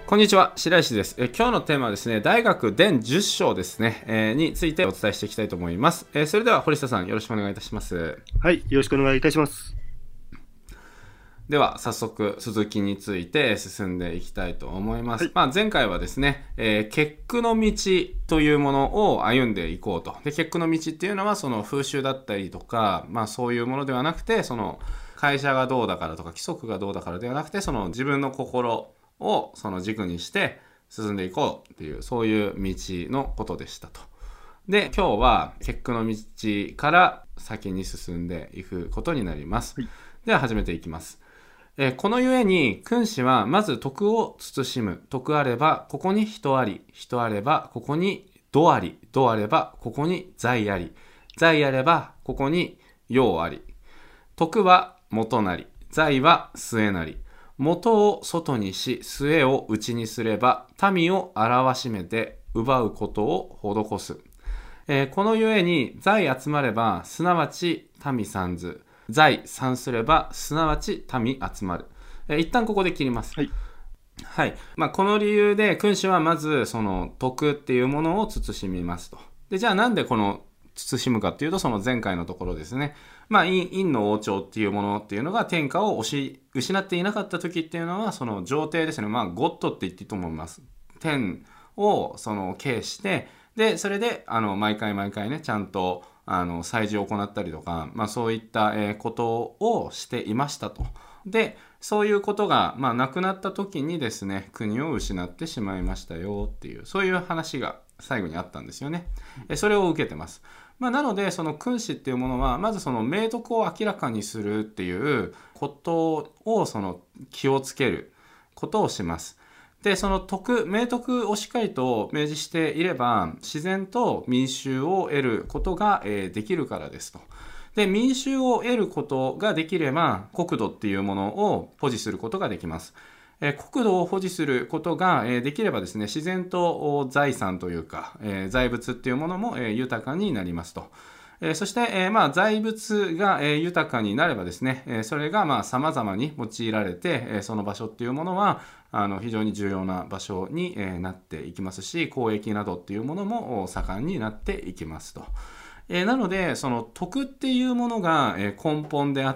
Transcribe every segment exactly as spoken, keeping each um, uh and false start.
こんにちは、白石です。え今日のテーマはですね、大学伝じゅっ章ですね、えー、についてお伝えしていきたいと思います。えー、それでは堀下さん、よろしくお願いいたします。 はい、よろしくお願いいたします。 では早速続きについて進んでいきたいと思います。 はい、 まあ、前回はですね、えー、結句の道というものを歩んでいこうと。で、結句の道っていうのはその風習だったりとか、まあそういうものではなくて、その会社がどうだからとか規則がどうだからではなくて、その自分の心をその軸にして進んでいこうっていう、そういう道のことでしたと。で、今日は結句の道から先に進んでいくことになります。 はい、 では始めていきます。えー、このゆえに君子はまず徳を慎む。徳あればここに人あり、人あればここに道あり、道あればここに財あり、財あればここに用あり。徳は元なり、財は末なり。元を外にし、末を内にすれば民を表しめて奪うことを施す。えー、このゆえに財集まればすなわち民三ず。財散すればすなわち民集まる。えー、一旦ここで切ります。 はい、 はい。まあ、この理由で君子はまずその徳っていうものを慎みますと。で、じゃあなんでこの慎むかっていうと、その前回のところですね。まあ、陰の王朝っていうものっていうのが天下を押し失っていなかった時っていうのは、その上帝ですね。まあ、ゴッドって言っていいと思います。天をその敬して、で、それで、あの、毎回毎回ね、ちゃんと、あの、祭事を行ったりとか、まあ、そういった、えーことをしていましたと。で、そういうことが、まあ、なくなった時にですね、国を失ってしまいましたよっていう、そういう話が最後にあったんですよね。えそれを受けてます。まあ、なので、その君子っていうものは、まずその明徳を明らかにするっていうことを、その気をつけることをします。で、その徳、明徳をしっかりと明示していれば、自然と民衆を得ることが、えーできるからですと。で、民衆を得ることができれば、国土っていうものを保持することができます。えー国土を保持することが、えーできればですね、自然とお財産というか、えー財物っていうものも、えー豊かになりますと。えーそして、えーまあ、財物が、えー豊かになればですね、えーそれがまあ様々に用いられて、えーその場所っていうものはあの非常に重要な場所に、えーなっていきますし、交易などっていうものもお盛んになっていきますと。えーなので、その徳っていうものが、えー根本であって、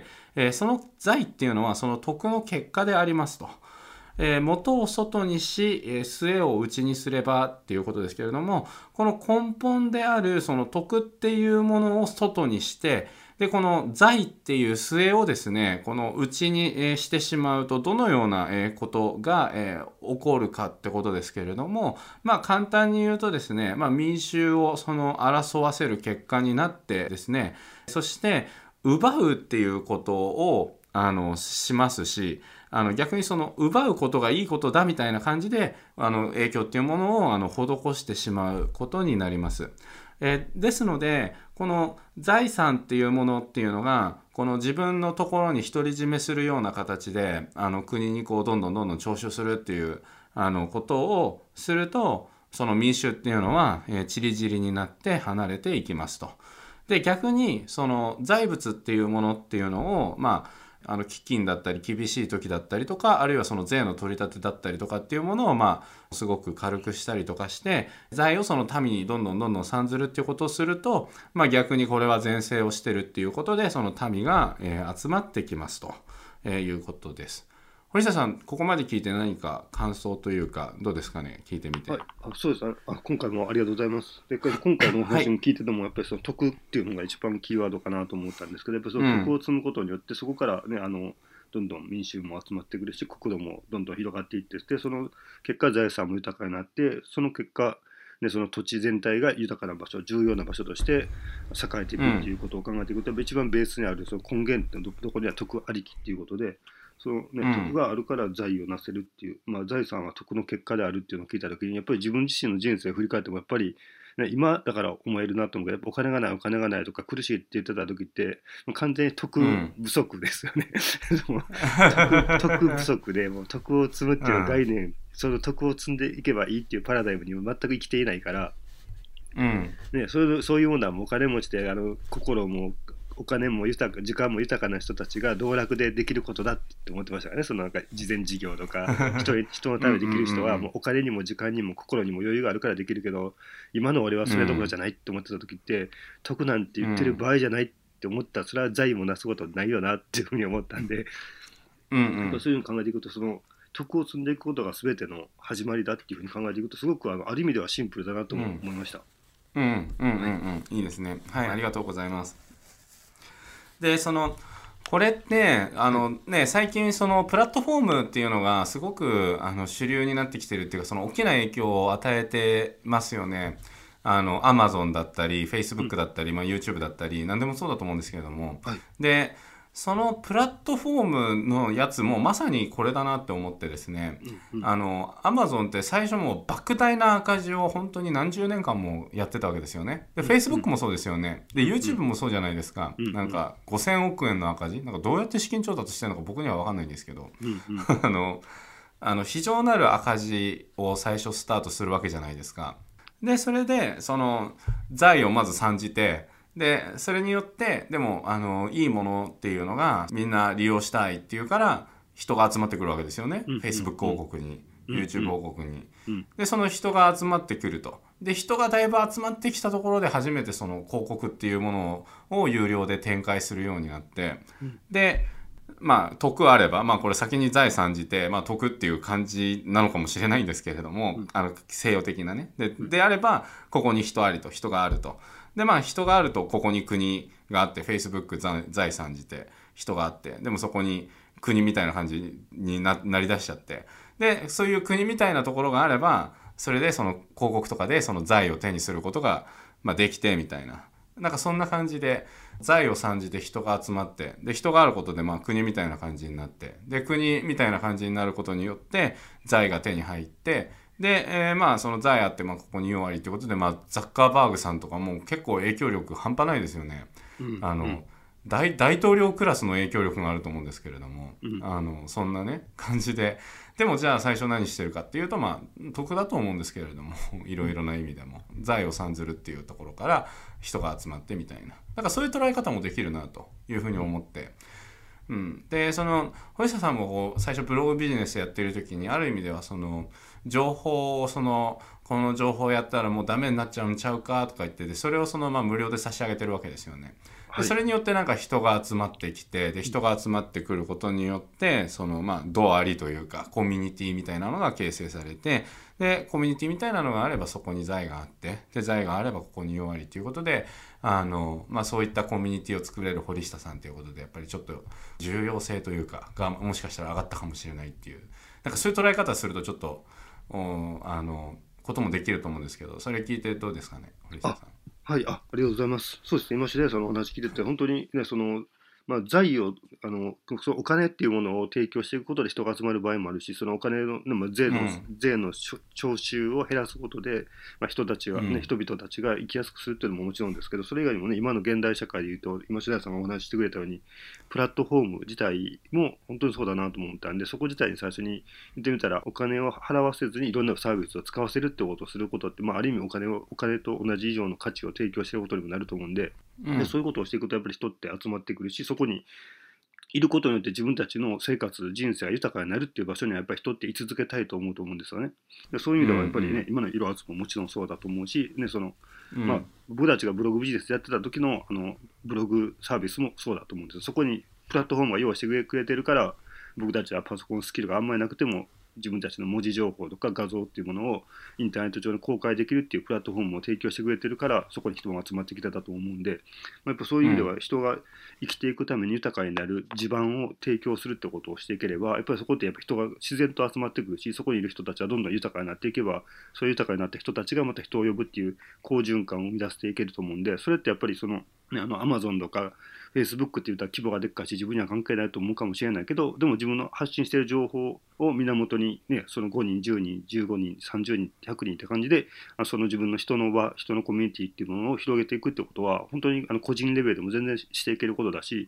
えーその財っていうのはその徳の結果でありますと。えー元を外にし、えー末を内にすればっていうことですけれども、この根本であるその徳っていうものを外にして、で、この財っていう末をですね、この内に、えーしてしまうと、どのような、えーことが、えー起こるかってことですけれども、まあ簡単に言うとですね、まあ民衆をその争わせる結果になってですね、そして奪うっていうことをあのしますし、あの逆にその奪うことがいいことだみたいな感じであの影響っていうものをあの施してしまうことになります。えーですのでこの財産っていうものっていうのがこの自分のところに独り占めするような形であの国にこうどんどんどんどん徴収するっていうあのことをすると、その民衆っていうのは、えー、散り散りになって離れていきますと。で、逆にその財物っていうものっていうのをまああの飢饉だったり厳しい時だったりとか、あるいはその税の取り立てだったりとかっていうものをまあすごく軽くしたりとかして財をその民にどんどんどんどん散ずるっていうことをすると、まあ、逆にこれは善制をしてるっていうことでその民が、えー集まってきますと、えーいうことです。堀下さん、ここまで聞いて何か感想というかどうですかね、聞いてみて。 はい、あ、そうです。あ、あ今回もありがとうございます。で、これ今回のおはい。 話も聞いてても、やっぱりその徳っていうのが一番キーワードかなと思ったんですけど、やっぱりその徳うん。 を積むことによって、そこからね、あの、どんどん民衆も集まってくるし、国土もどんどん広がっていって、で、その結果、財産も豊かになって、その結果、ね、その土地全体が豊かな場所、重要な場所として栄えていくっていうん。 うことを考えていくと、一番ベースにあるその根源ってどどこには徳ありきっていうことで、そのね、徳うん。 があるから財を成せるっていう、まあ、財産は徳の結果であるっていうのを聞いたときに、やっぱり自分自身の人生を振り返っても、やっぱり、ね、今だから思えるなと思うけど、やっぱお金がない、お金がないとか苦しいって言ってた時って、もう完全に徳うん。 不足ですよね。もう徳、徳不足で、もう徳を積むっていう概念、その徳を積んでいけばいいっていうパラダイムにも全く生きていないから、 うん。 ね、そういうそういうものはもうお金持ちであの心もお金も豊か時間も豊かな人たちが道楽でできることだって思ってましたよね。そのなんか慈善事業とか人に人のためにできる人はもうお金にも時間にも心にも余裕があるからできるけど、今の俺はそれどころじゃないって思ってた時って、得なんて言ってる場合じゃないって思ったら、それは財もなすことないよなっていうふうに思ったんで、 うんうん、 やっぱそういうのを考えていくと、その徳を積んでいくことが全ての始まりだっていうふうに考えていくと、すごくあのある意味ではシンプルだなとも思いました。 うんうんうんうんうん、いいですね。はい、ありがとうございます。でそのこれってあの、ね、最近そのプラットフォームっていうのがすごくあの主流になってきてるっていうか、その大きな影響を与えてますよね。あの Amazon だったりうん、 Facebook だったり、まあ、YouTube だったり何でもそうだと思うんですけれども、 はい、 でそのプラットフォームのやつもまさにこれだなって思ってですね、 うんうんあの Amazon って最初もう莫大な赤字を本当に何十年間もやってたわけですよね。でうんうん Facebook もそうですよね。でうんう YouTube んもそうじゃないですか。 うんうんなんかごせんおく円の赤字、なんかどうやって資金調達してるのか僕には分かんないんですけど、 うんうんあのあの非常なる赤字を最初スタートするわけじゃないですか。でそれでその財をまず参じて、でそれによってでもあのいいものっていうのがみんな利用したいっていうから人が集まってくるわけですよね。 うん Facebook 広告に、 うんう YouTube ん広告に。 うんでその人が集まってくると。で人がだいぶ集まってきたところで初めてその広告っていうものを有料で展開するようになって、 うんでまあ得あれば、まあこれ先に財産じて、まあ得っていう感じなのかもしれないんですけれども、 うんあの西洋的なね。で、 うんであれば、ここに人ありと、人があると。で、まあ人があると、ここに国があって、Facebook 財産じて、人があって、でもそこに国みたいな感じに な, なりだしちゃって、で、そういう国みたいなところがあれば、それでその広告とかでその財を手にすることが、まあ、できてみたいな。なんかそんな感じで財を参じて人が集まって、で人があることでまあ国みたいな感じになって、で国みたいな感じになることによって財が手に入って、で、えー、まあその財あってまあここによん割ってことで、まあザッカーバーグさんとかも結構影響力半端ないですよね。 うんあのうん大大統領クラスの影響力があると思うんですけれども、 うんあのそんなね感じで、でもじゃあ最初何してるかっていうと、まあ得だと思うんですけれども、いろいろな意味でも財を参ずるっていうところから人が集まってみたいな、なんかそういう捉え方もできるなというふうに思って、うん、でその堀下さんもこう最初ブログビジネスやってる時にある意味ではその情報をそのこの情報をやったらもうダメになっちゃうんちゃうかとか言って、でそれをそのまあ無料で差し上げてるわけですよね。ではい。 それによってなんか人が集まってきて、で人が集まってくることによってそのまあ道ありというかコミュニティみたいなのが形成されて、でコミュニティみたいなのがあればそこに財があって、で財があればここによん割ということで、あの、まあ、そういったコミュニティを作れる堀下さんということでやっぱりちょっと重要性というかがもしかしたら上がったかもしれないっていう、なんかそういう捉え方するとちょっとあのこともできると思うんですけど、それ聞いてどうですかね、堀下あ、 さん。 はい、あ、ありがとうございます。そうですね、今しでそのお話聞いてて、本当にね、その、まあ、財を、あの、そのお金っていうものを提供していくことで人が集まる場合もあるし、そのお金の、ねまあ、税の、 うん税のしょ徴収を減らすことで、まあ、人たちが、ね、 うん人々たちが生きやすくするっていうのももちろんですけど、それ以外にもね、今の現代社会でいうと、今、白谷さんがお話ししてくれたように、プラットフォーム自体も本当にそうだなと思ったんで、そこ自体に最初に言ってみたら、お金を払わせずにいろんなサービスを使わせるってことをすることって、まあ、ある意味お金を、お金と同じ以上の価値を提供していることにもなると思うんで、で、 うんそういうことをしていくとやっぱり人って集まってくるし、そこにいることによって自分たちの生活、人生が豊かになるっていう場所にはやっぱり人って居続けたいと思うと思うんですよね。でそういう意うんう味ではやっぱりね、 ん今の色厚ももちろんそうだと思うし、ね、その、まあ、 うん僕たちがブログビジネスやってた時のあのブログサービスもそうだと思うんですよ。そこにプラットフォームが用意してくれてるから、僕たちはパソコンスキルがあんまりなくても、自分たちの文字情報とか画像っていうものをインターネット上に公開できるっていうプラットフォームを提供してくれてるから、そこに人が集まってきてたと思うんで、まあ、やっぱそういう意味では人が生きていくために豊かになる地盤を提供するってことをしていければ、やっぱりそこってやっぱ人が自然と集まってくるし、そこにいる人たちはどんどん豊かになっていけば、そういう豊かになった人たちがまた人を呼ぶっていう好循環を生み出していけると思うんで、それってやっぱりその、ね、あのアマゾンとかフェイスブックって言ったら規模がでっかいし自分には関係ないと思うかもしれないけど、でも自分の発信している情報を源に、ね、そのごにんじゅうにんじゅうごにんさんじゅうにんひゃくにんって感じで、あその自分の人の輪人のコミュニティっていうものを広げていくってことは本当にあの個人レベルでも全然していけることだし、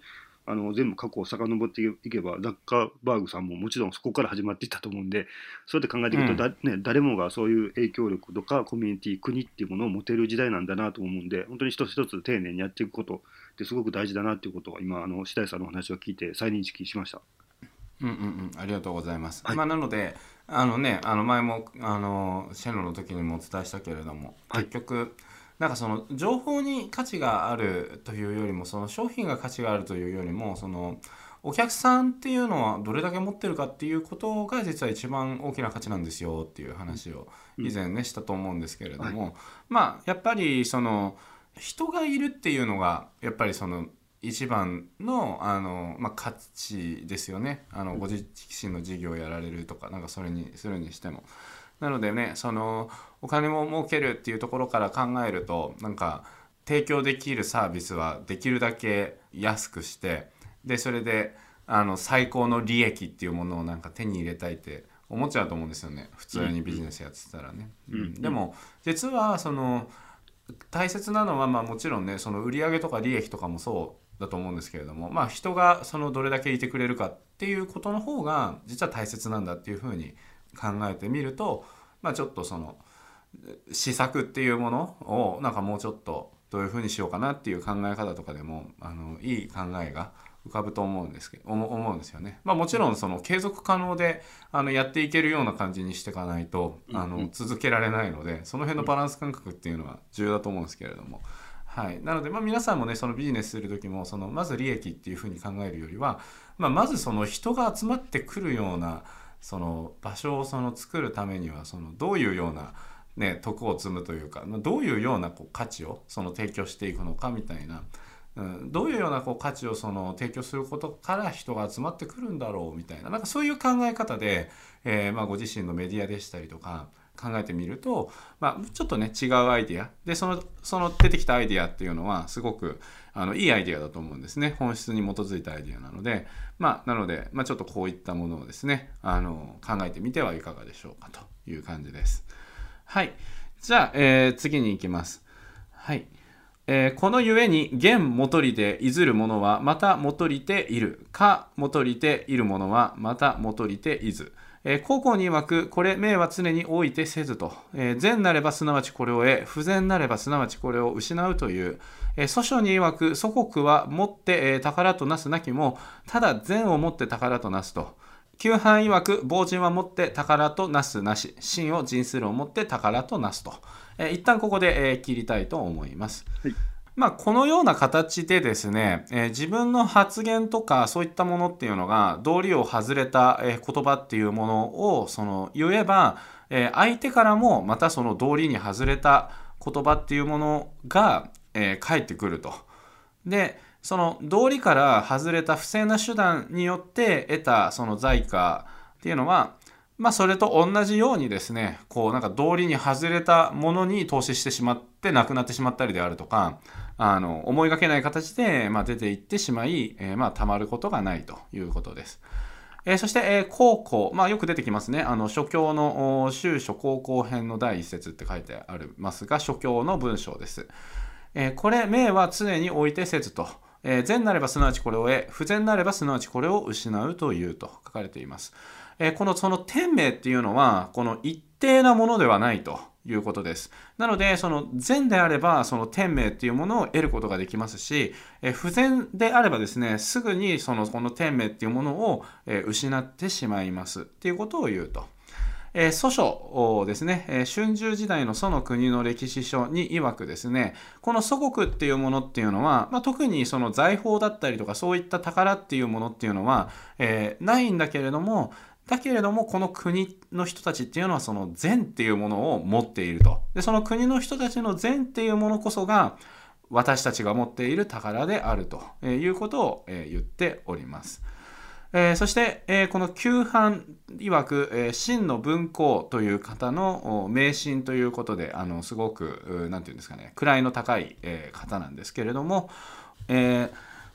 あの全部過去を遡っていけばザッカーバーグさんももちろんそこから始まっていったと思うんで、そうやって考えていくと、だね、誰もがそういう影響力とかコミュニティ国っていうものを持てる時代なんだなと思うんで、本当に一つ一つ丁寧にやっていくことってすごく大事だなっていうことを今あの白井さんのお話を聞いて再認識しました。 うんうんうん、ありがとうございます。 はい、 まあ、なのであのね、あの前もあのシェロの時にもお伝えしたけれども、 はい、 結局なんかその情報に価値があるというよりも、その商品が価値があるというよりも、そのお客さんっていうのはどれだけ持ってるかっていうことが実は一番大きな価値なんですよっていう話をうん、 以前ねしたと思うんですけれどはい、 も、まあやっぱりその人がいるっていうのがやっぱりその一番の、あの、まあ、価値ですよね。あのご自身の事業をやられるとか、なんかそれにするにしても。なのでね、そのお金も儲けるっていうところから考えると、なんか提供できるサービスはできるだけ安くして、でそれであの最高の利益っていうものをなんか手に入れたいって思っちゃうと思うんですよね、普通にビジネスやってたらね。 うん、 ううん、 ん、でも実はその大切なのは、まあもちろんね、その売上とか利益とかもそうだと思うんですけれども、まあ人がそのどれだけいてくれるかっていうことの方が実は大切なんだっていうふうに考えてみると、まあちょっとその施策っていうものをなんかもうちょっとどういうふうにしようかなっていう考え方とかでも、あのいい考えが浮かぶと思うんですけど思思うんですよね。まあもちろんその継続可能であのやっていけるような感じにしていかないとうん、 あのうん、 続けられないので、その辺のバランス感覚っていうのは重要だと思うんですけれども、はい、なのでまあ皆さんもね、そのビジネスする時もそのまず利益っていうふうに考えるよりは、まあ、まずその人が集まってくるようなその場所をその作るためには、そのどういうようなね、徳を積むというか、どういうようなこう価値をその提供していくのかみたいな、うん、どういうようなこう価値をその提供することから人が集まってくるんだろうみたいな、なんかそういう考え方で、えーまあご自身のメディアでしたりとか考えてみると、まあ、ちょっとね違うアイデアで、そのその出てきたアイデアっていうのはすごくあのいいアイデアだと思うんですね。本質に基づいたアイデアなので、まあなので、まあ、ちょっとこういったものをですね、あの考えてみてはいかがでしょうかという感じです。はい。じゃあ、えー、次に行きます。はい。えー、このゆえに、現元りていずるものは、また元りている。か元りているものは、また元りていず。えー、高校に曰く、これ、名は常においてせずと。えー、善なればすなわちこれを得、不善なればすなわちこれを失うという。えー、祖書に曰く、祖国は持って、えー、宝となすなきも、ただ善をもって宝となすと。旧藩曰く、亡人はもって宝となすなし、真を尽するをもって宝となすと。えー、一旦ここで、えー、切りたいと思います。 はい、 まあ、このような形でですね、えー、自分の発言とかそういったものっていうのが道理を外れた、えー、言葉っていうものをその言えば、えー、相手からもまたその道理に外れた言葉っていうものが、えー、返ってくると。でその道理から外れた不正な手段によって得たその財貨っていうのは、まあそれと同じようにですね、こうなんか道理に外れたものに投資してしまってなくなってしまったりであるとか、あの思いがけない形でまあ出ていってしまい、えー、まあたまることがないということです。えー、そして、えー、高校、まあよく出てきますね。あの書教の宗書高校編の第一節って書いてありますが、書教の文章です。えー、これ名は常においてせずと。えー、善なればすなわちこれを得、不善なればすなわちこれを失うというと書かれています。えー、このその天命っていうのはこの一定なものではないということです。なのでその善であればその天命っていうものを得ることができますし、えー、不善であればですね、すぐにそのこの天命っていうものを、えー、失ってしまいますっていうことを言うと。えー、祖書ですね、えー、春秋時代の祖の国の歴史書に曰くですね、この祖国っていうものっていうのは、まあ、特にその財宝だったりとかそういった宝っていうものっていうのは、えー、ないんだけれども、だけれどもこの国の人たちっていうのはその善っていうものを持っていると。でその国の人たちの善っていうものこそが私たちが持っている宝であるということを言っております。えー、そして、えー、この旧藩曰く、えー、真の文公という方の名神ということで、あのすごくなんていうんですかね、位の高い、えー、方なんですけれども、えー、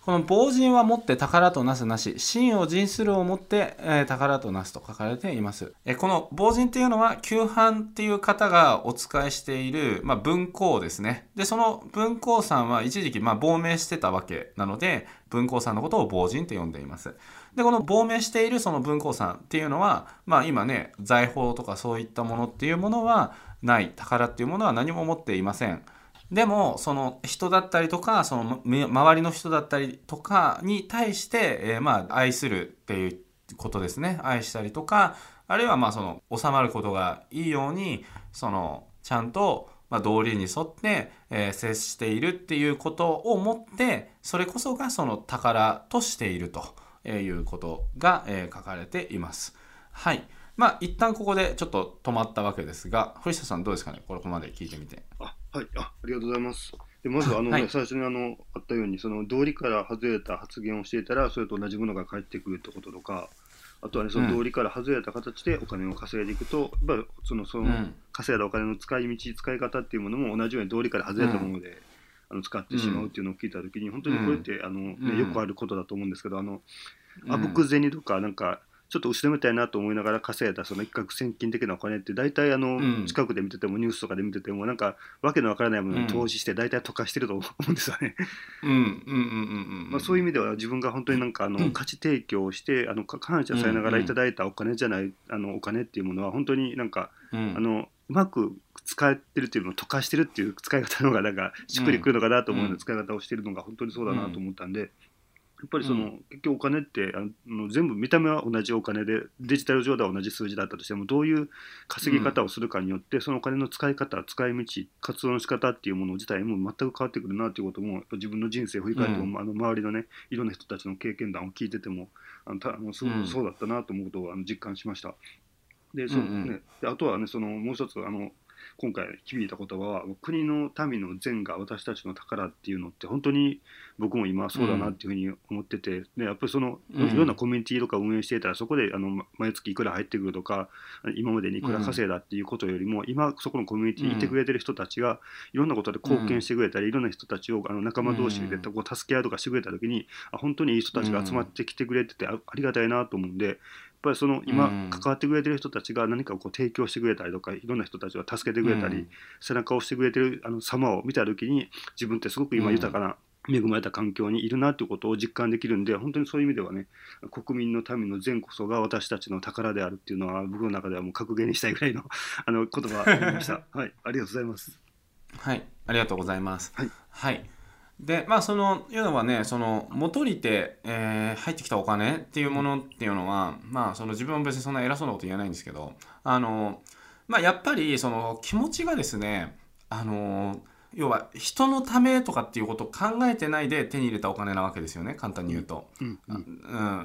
この亡人はもって宝となすなし、真を尽するをもって、えー、宝となすと書かれています。えー、この亡人っていうのは旧藩っていう方がお仕えしている、まあ、文公ですね。でその文公さんは一時期まあ亡命してたわけなので、文公さんのことを亡人と呼んでいます。でこの亡命しているその文公さんっていうのは、まあ、今ね財宝とかそういったものっていうものはない、宝っていうものは何も持っていません。でもその人だったりとか、その周りの人だったりとかに対して、えー、まあ愛するっていうことですね。愛したりとか、あるいはまあその収まることがいいように、そのちゃんとまあ道理に沿って、えー、接しているっていうことをもって、それこそがその宝としているということが、えー、書かれています。はい。まあ一旦ここでちょっと止まったわけですが、堀下さんどうですかね、ここまで聞いてみて。 あ、はい、あ、ありがとうございます。でまずあの、ねはい、最初にあのあったように、その道理から外れた発言をしていたらそれと同じものが返ってくるってこととか、あとはね、その道理から外れた形でお金を稼いでいくと、うん、やっぱそのその稼いだお金の使い道、使い方っていうものも同じように道理から外れたもので、うん、あの使ってしまうっていうのを聞いたときに、本当にこれって、あの、ね、よくあることだと思うんですけど、あのあぶく銭とかなんかちょっと後ろめたいなと思いながら稼いだその一攫千金的なお金って大体あの、うん、近くで見ててもニュースとかで見ててもなんかわけのわからないものに投資して大体溶かしてると思うんですよね。そういう意味では自分が本当になんかあの、うん、価値提供をしてあの感謝されながらいただいたお金じゃない、うん、あのお金っていうものは本当になんか、うん、あのうまく使ってるっていうのを溶かしてるっていう使い方の方がなんかしっくりくるのかなと思うような使い方をしてるのが本当にそうだなと思ったんで。やっぱりその、うん、結局お金ってあの全部見た目は同じお金でデジタル上では同じ数字だったとしても、どういう稼ぎ方をするかによって、うん、そのお金の使い方、使い道、活動の仕方っていうもの自体も全く変わってくるなということもやっぱ自分の人生を振り返っても、うん、あの周りのねいろんな人たちの経験談を聞いててもあのたあのすごくそうだったなと思うことをあの実感しました。でそ、うんうんね、であとはねそのもう一つあの今回響いた言葉は、国の民の善が私たちの宝っていうのって本当に僕も今そうだなっていうふうに思ってて、でやっぱりそのいろんなコミュニティとか運営していたら、そこであの毎月いくら入ってくるとか今までにいくら稼いだっていうことよりも、今そこのコミュニティにいてくれてる人たちがいろんなことで貢献してくれたり、いろんな人たちをあの仲間同士でこう助け合うとかしてくれた時に、あ本当にいい人たちが集まってきてくれてて あ, ありがたいなと思うんで。やっぱりその今関わってくれてる人たちが何かをこう提供してくれたりとか、いろんな人たちが助けてくれたり、うん、背中を押してくれてるあの様を見た時に、自分ってすごく今豊かな、うん、恵まれた環境にいるなということを実感できるんで、本当にそういう意味ではね、国民の民の善こそが私たちの宝であるっていうのは僕の中ではもう格言にしたいぐらいのあの言葉になりました。はい、ありがとうございます。 はい、ありがとうございます。 はい、 はいでまあそのいうのはね、その元利て、えー、入ってきたお金っていうものっていうのは、まあその自分は別にそんな偉そうなこと言えないんですけど、あのまあやっぱりその気持ちがですね、あの要は人のためとかっていうことを考えてないで手に入れたお金なわけですよね、簡単に言うと。うんうんうん、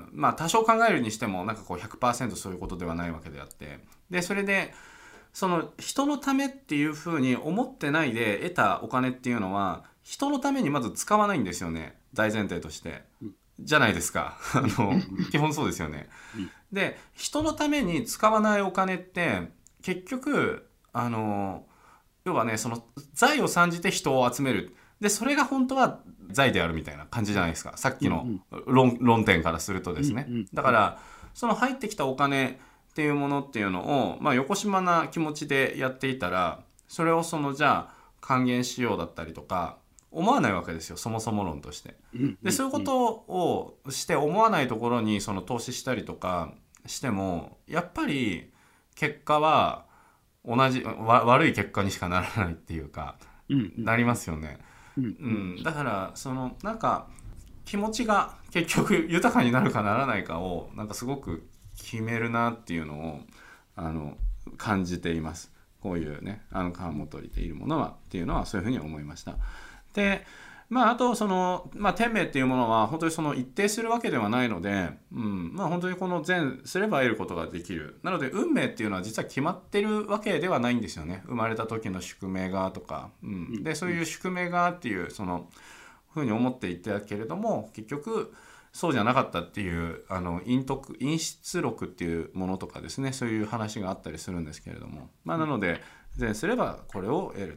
まあ多少考えるにしてもなんかこう ひゃくパーセント そういうことではないわけであって、でそれでその人のためっていうふうに思ってないで得たお金っていうのは人のためにまず使わないんですよね、大前提として、うん、じゃないですかあの基本そうですよね、うん、で人のために使わないお金って結局あの要はね、その財を参じて人を集める、でそれが本当は財であるみたいな感じじゃないですか、さっきの論、論点からするとですね、うんうん、だからその入ってきたお金っていうものっていうのを、まあ、よこしまな気持ちでやっていたら、それをそのじゃあ還元しようだったりとか思わないわけですよ、そもそも論として。でそういうことをして思わないところにその投資したりとかしても、やっぱり結果は同じわ悪い結果にしかならないっていうか、うん、なりますよね、うんうん、だからそのなんか気持ちが結局豊かになるかならないかをなんかすごく決めるなっていうのをあの感じています。こういうね、あの川本理でいるものはっていうのはそういうふうに思いました。で、まああとその、まあ、天命っていうものは本当にその一定するわけではないので、うん、まあ本当にこの善すれば得ることができる。なので運命っていうのは実は決まってるわけではないんですよね。生まれた時の宿命がとか、うん、でそういう宿命がっていうそのふうに思っていたけれども、結局そうじゃなかったっていうあの陰徳陰出録っていうものとかですね、そういう話があったりするんですけれども、まあ、なので善すればこれを得ると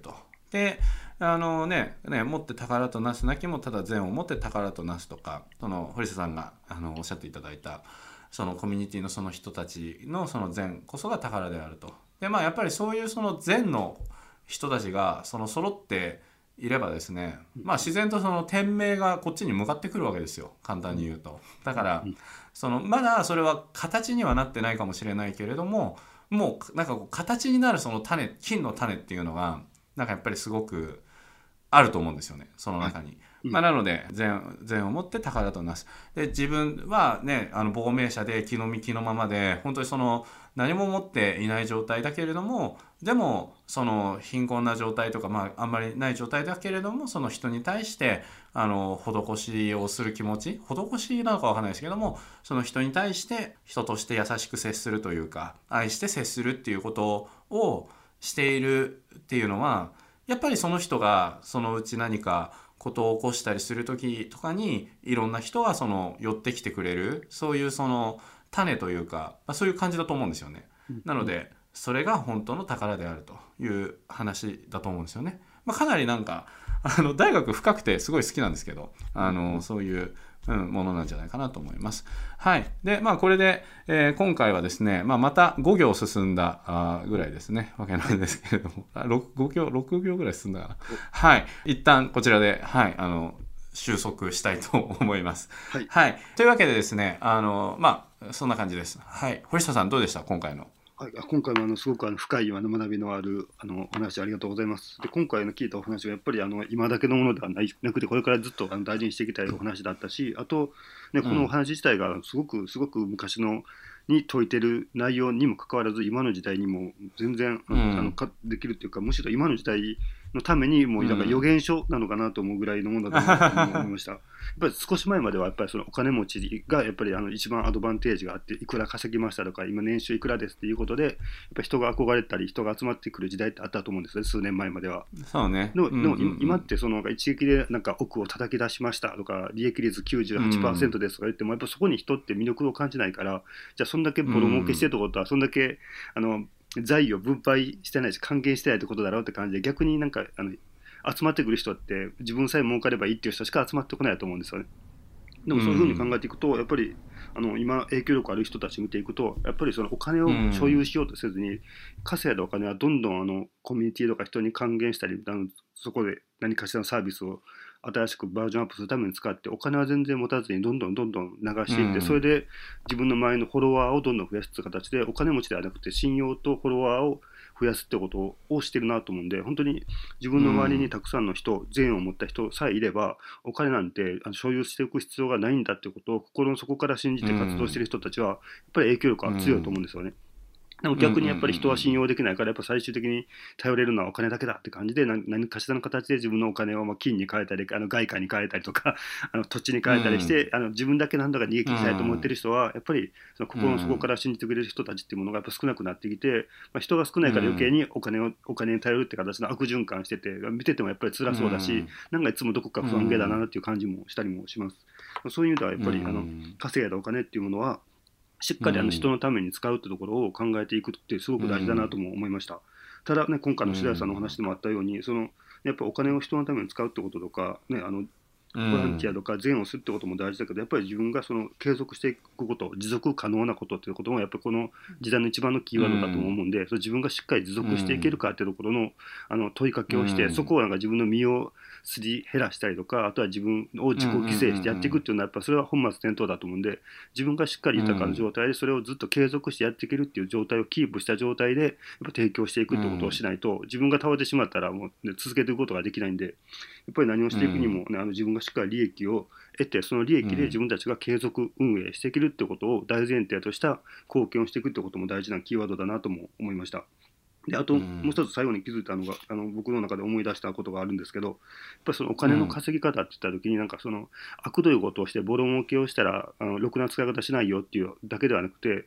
であのねね持って宝となすなきもただ善を持って宝となすとか、その堀瀬さんがあのおっしゃっていただいたそのコミュニティのその人たちのその善こそが宝であると。でまあやっぱりそういうその善の人たちがその揃っていればですね、まあ自然とその天命がこっちに向かってくるわけですよ、簡単に言うと。だからそのまだそれは形にはなってないかもしれないけれども、もうなんかこう形になるその種、金の種っていうのがなんかやっぱりすごくあると思うんですよね、その中に。まあ、なので善、善を持って宝となす。で自分はねあの亡命者で気の身気のままで本当にその何も持っていない状態だけれども、でもその貧困な状態とか、まあ、あんまりない状態だけれども、その人に対してあの施しをする気持ち、施しなのかわかんないですけども、その人に対して人として優しく接するというか愛して接するっていうことをしているっていうのは、やっぱりその人がそのうち何かことを起こしたりする時とかにいろんな人がその寄ってきてくれる、そういうその種というか、まあ、そういう感じだと思うんですよね。なのでそれが本当の宝であるという話だと思うんですよね。まあ、かなりなんかあの大学深くてすごい好きなんですけど、あのそういううん、ものなんじゃないかなと思います。はい。で、まあこれで、えー、今回はですね、まあ、またご行進んだあぐらいですね、わけなんですけれども、ご行、ろく行ぐらい進んだかな。はい。一旦こちらで、はい、あの、収束したいと思います。はい。はい、というわけでですね、あの、まあ、そんな感じです。はい。堀下さんどうでした今回の？ はい、今回もあのすごくあの深いあの学びのあるあのお話ありがとうございます。で今回の聞いたお話はやっぱりあの今だけのものではないなくて、これからずっとあの大事にしていきたいお話だったし、あと、ね、このお話自体がすごくすごく昔のに説いてる内容にもかかわらず今の時代にも全然あの、うん、あのかできるっていうか、むしろ今の時代のためにもうなんか予言書なのかなと思うぐらいのものだと思いました。やっぱり少し前まではやっぱりそのお金持ちがやっぱりあの一番アドバンテージがあって、いくら稼ぎましたとか今年収いくらですっていうことでやっぱり人が憧れたり人が集まってくる時代ってあったと思うんですよね、数年前までは。 そうね。 でも、でも今ってその一撃でなんか億を叩き出しましたとか利益率 きゅうじゅうはちパーセント ですとか言っても、やっぱそこに人って魅力を感じないから、じゃあそんだけボロ儲けしてるってことはそんだけあの財を分配してないし還元してないってことだろうって感じで、逆になんかあの集まってくる人って自分さえ儲かればいいっていう人しか集まってこないと思うんですよね。でもそういうふうに考えていくと、やっぱりあの今影響力ある人たち見ていくと、やっぱりそのお金を所有しようとせずに、稼いだお金はどんどんあのコミュニティとか人に還元したり、あのそこで何かしらのサービスを新しくバージョンアップするために使って、お金は全然持たずにどんどんどんどん流していって、それで自分の周りのフォロワーをどんどん増やすという形で、お金持ちではなくて信用とフォロワーを増やすってことをしてるなと思うんで、本当に自分の周りにたくさんの人、善を持った人さえいれば、お金なんて所有していく必要がないんだってことを心の底から信じて活動している人たちはやっぱり影響力は強いと思うんですよね。でも逆にやっぱり人は信用できないから、やっぱ最終的に頼れるのはお金だけだって感じで、何何かしらの形で自分のお金をまあ金に変えたり、あの外貨に変えたりとかあの土地に変えたりして、あの自分だけ何とか利益したいと思ってる人はやっぱりその心の底から信じてくれる人たちっていうものがやっぱ少なくなってきて、まあ、人が少ないから余計にお金をお金に頼るって形の悪循環してて、見ててもやっぱり辛そうだし、なんかいつもどこか不安げだなっていう感じもしたりもします。そういう意味ではやっぱりあの稼いだお金っていうものはしっかりあの人のために使うってところを考えていくってすごく大事だなとも思いました。ただね、今回の白石さんのお話でもあったように、そのやっぱお金を人のために使うってこととか、ね、あのボランティアとか善をするってことも大事だけど、やっぱり自分がその継続していくこと、持続可能なことっていうこともやっぱりこの時代の一番のキーワードだと思うんで、それ自分がしっかり持続していけるかっていうところのあの問いかけをして、そこをなんか自分の身をすり減らしたりとか、あとは自分を自己犠牲してやっていくっていうのはやっぱそれは本末転倒だと思うんで、自分がしっかり豊かな状態でそれをずっと継続してやっていけるっていう状態をキープした状態でやっぱ提供していくってことをしないと、自分が倒れてしまったらもう、ね、続けていくことができないんで、やっぱり何をしていくにも、ね、あの自分がしっかり利益を得て、その利益で自分たちが継続運営していけるってことを大前提とした貢献をしていくってことも大事なキーワードだなとも思いました。であともう一つ最後に気づいたのが、あの僕の中で思い出したことがあるんですけど、やっぱりそのお金の稼ぎ方って言った時に、なんかその悪どいことをしてボロ儲けをしたらあのろくな使い方しないよっていうだけではなくて、あの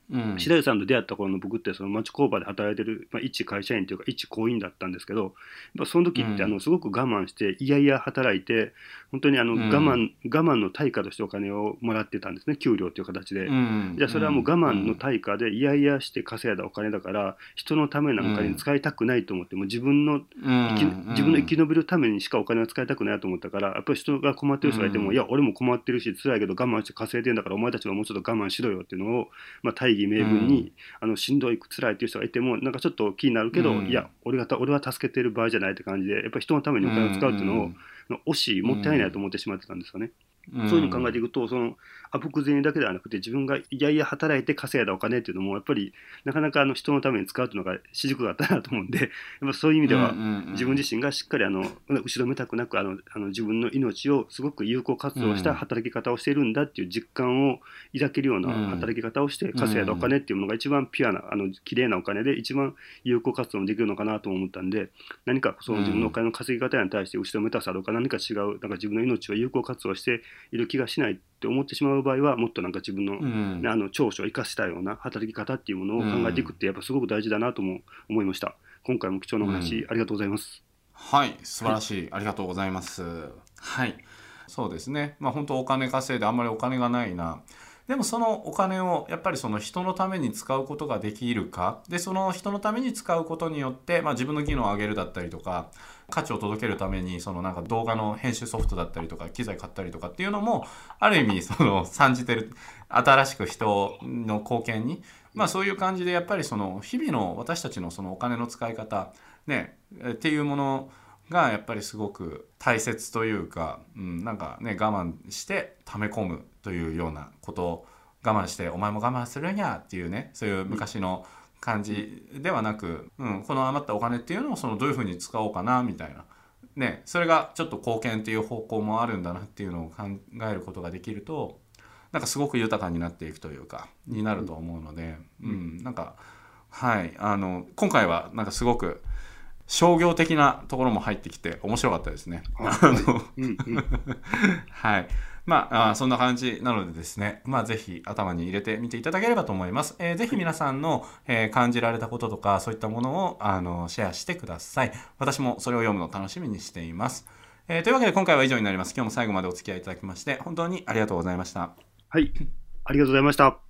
うん。 白石さんと出会った頃の僕ってその町工場で働いてる、まあ、一会社員というか一工員だったんですけど、やっぱその時ってあうん。 のすごく我慢していやいや働いて、本当にあのう我慢ん。 我慢の対価としてお金をもらってたんですね、給料という形で。 うん。 じゃあそれはもう我うん。う慢のん。 対価でいやいやして稼いだお金だから、人のためなんかにうん。 使いたくないと思って、もう自分のう生き自分の生ん。 き延びるためにしかお金を使いたくないと思ったから、やっぱり人が困ってうる人がいても、いん。 や俺も困ってるし辛いけど我慢して稼いでんだから、お前たちはもうちょっと我慢しろよっていうのを、まあ、大義名う分に、 ん。 あのしんどい辛いっていう人がいてもなんかちょっと気になるけど、いやうん。 俺が俺は助けてる場合じゃないって感じで、やっぱり人のためにうお金を使うっていうのをん。 惜しい、 うもったいないとん。 思ってしまってたんですよね。 うそういうのを考えていん。 くと、そのあぶく銭だけではなくて、自分がいやいや働いて稼いだお金っていうのも、やっぱりなかなかあの人のために使うっていうのが私塾だったなと思うんで、やっぱそういう意味うん。うでは、自分ん。 自身がしっかりあの後ろめたくなくあのあの自分の命をすごく有効活用したうん。 働き方をしているんだっていう実感を抱けるようなうん。 働き方をしてう稼いだお金ん。 っていうものが一番ピュアな、あの綺麗なお金で一番有効活用できるのかなと思ったんで、何かその自分のお金の稼ぎ方に対して後ろめたさとか何か違う、なんか自分の命を有効活用している気がしないって思ってしまう場合は、もっとなんか自分の、 うん。 ね、あの長所を生かしたような働き方っていうものをう考えていくっん。 てやっぱすごく大事だなとも思いました。今回も貴重なおうん。 話ありがとうございます。 はい、素はい。 晴らしい。ありがとうございます。はい。そうですね。まあ本当お金稼いであんまりお金がないな。でもそのお金をやっぱりその人のために使うことができるか。で、その人のために使うことによって、まあ自分の技能を上げるだったりとか、価値を届けるためにそのなんか動画の編集ソフトだったりとか機材買ったりとかっていうのもある意味その賛じてる、新しく人の貢献に、まあそういう感じでやっぱりその日々の私たちのそのお金の使い方ねっていうものがやっぱりすごく大切というか、うん、なんかね我慢して溜め込むというようなことを、我慢してお前も我慢するんやっていうね、そういううん昔の感うんじではなく、うん、この余ったお金っていうのをそのどういうふうに使おうかなみたいな、ね、それがちょっと貢献っていう方向もあるんだなっていうのを考えることができると、なんかすごく豊かになっていくというかになると思うので、ううんん、なんかはいあの今回はなんかすごく商業的なところも入ってきて面白かったですね。 あ、 あはい。 のうんうんはい。まあ、あそんな感じなのでですね、まあ、ぜひ頭に入れてみていただければと思います。えー、ぜひ皆さんの、えー感じられたこととか、そういったものをあのシェアしてください。私もそれを読むのを楽しみにしています。えーというわけで今回は以上になります。今日も最後までお付き合いいただきまして、本当にありがとうございました。 はい。ありがとうございました。